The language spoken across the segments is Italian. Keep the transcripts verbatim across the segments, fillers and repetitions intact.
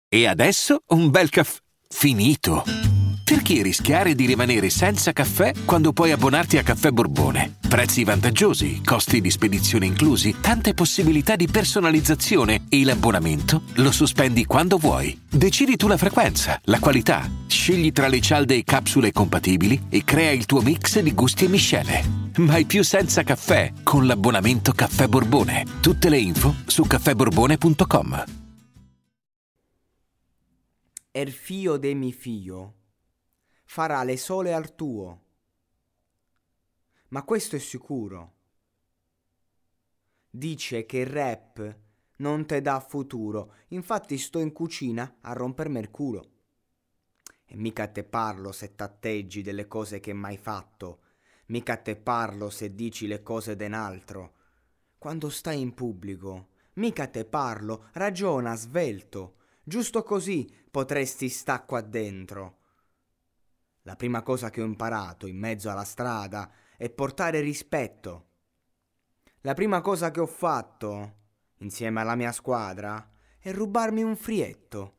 E adesso un bel caffè finito. Perché rischiare di rimanere senza caffè quando puoi abbonarti a Caffè Borbone? Prezzi vantaggiosi, costi di spedizione inclusi, tante possibilità di personalizzazione e l'abbonamento lo sospendi quando vuoi. Decidi tu la frequenza, la qualità, scegli tra le cialde e capsule compatibili e crea il tuo mix di gusti e miscele. Mai più senza caffè con l'abbonamento Caffè Borbone. Tutte le info su caffè borbone punto com. Er fio de mi fio farà le sole al tuo. Ma questo è sicuro. Dice che il rap non te dà futuro, infatti sto in cucina a rompermi il culo. E mica te parlo se t'atteggi delle cose che mai fatto, mica te parlo se dici le cose d'un altro. Quando stai in pubblico, mica te parlo, ragiona svelto, giusto così potresti sta qua dentro. La prima cosa che ho imparato in mezzo alla strada è portare rispetto. La prima cosa che ho fatto, insieme alla mia squadra, è rubarmi un frietto.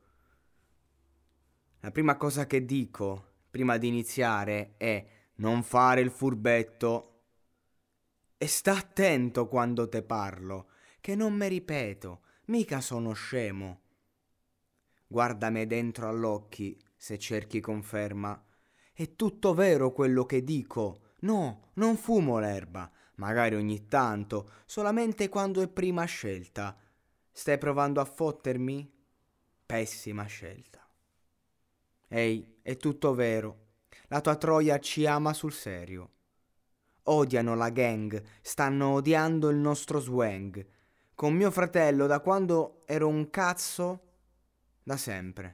La prima cosa che dico, prima di iniziare, è non fare il furbetto. E sta attento quando te parlo, che non me ripeto, mica sono scemo. Guardami dentro all'occhi se cerchi conferma. È tutto vero quello che dico. No, non fumo l'erba, magari ogni tanto, solamente quando è prima scelta. Stai provando a fottermi? Pessima scelta. Ehi, è tutto vero. La tua troia ci ama sul serio. Odiano la gang, stanno odiando il nostro swang. Con mio fratello, da quando ero un cazzo, da sempre.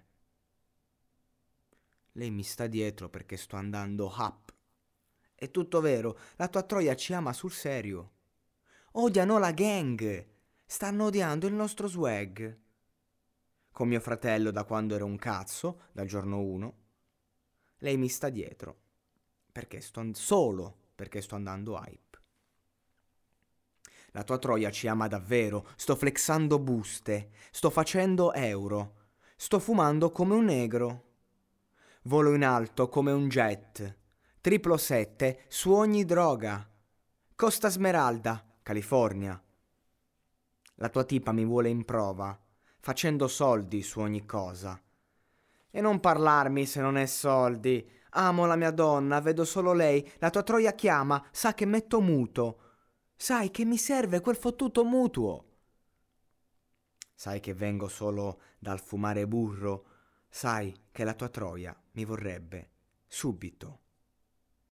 Lei mi sta dietro perché sto andando up. È tutto vero, la tua troia ci ama sul serio. Odiano la gang, stanno odiando il nostro swag. Con mio fratello da quando ero un cazzo, dal giorno uno, lei mi sta dietro perché sto and- solo perché sto andando hype. La tua troia ci ama davvero, sto flexando buste, sto facendo euro, sto fumando come un negro. Volo in alto come un jet, triplo sette su ogni droga. Costa Smeralda, California. La tua tipa mi vuole in prova, facendo soldi su ogni cosa. E non parlarmi se non è soldi. Amo la mia donna, vedo solo lei. La tua troia chiama, sa che metto muto. Sai che mi serve quel fottuto mutuo. Sai che vengo solo dal fumare burro. Sai che la tua troia mi vorrebbe subito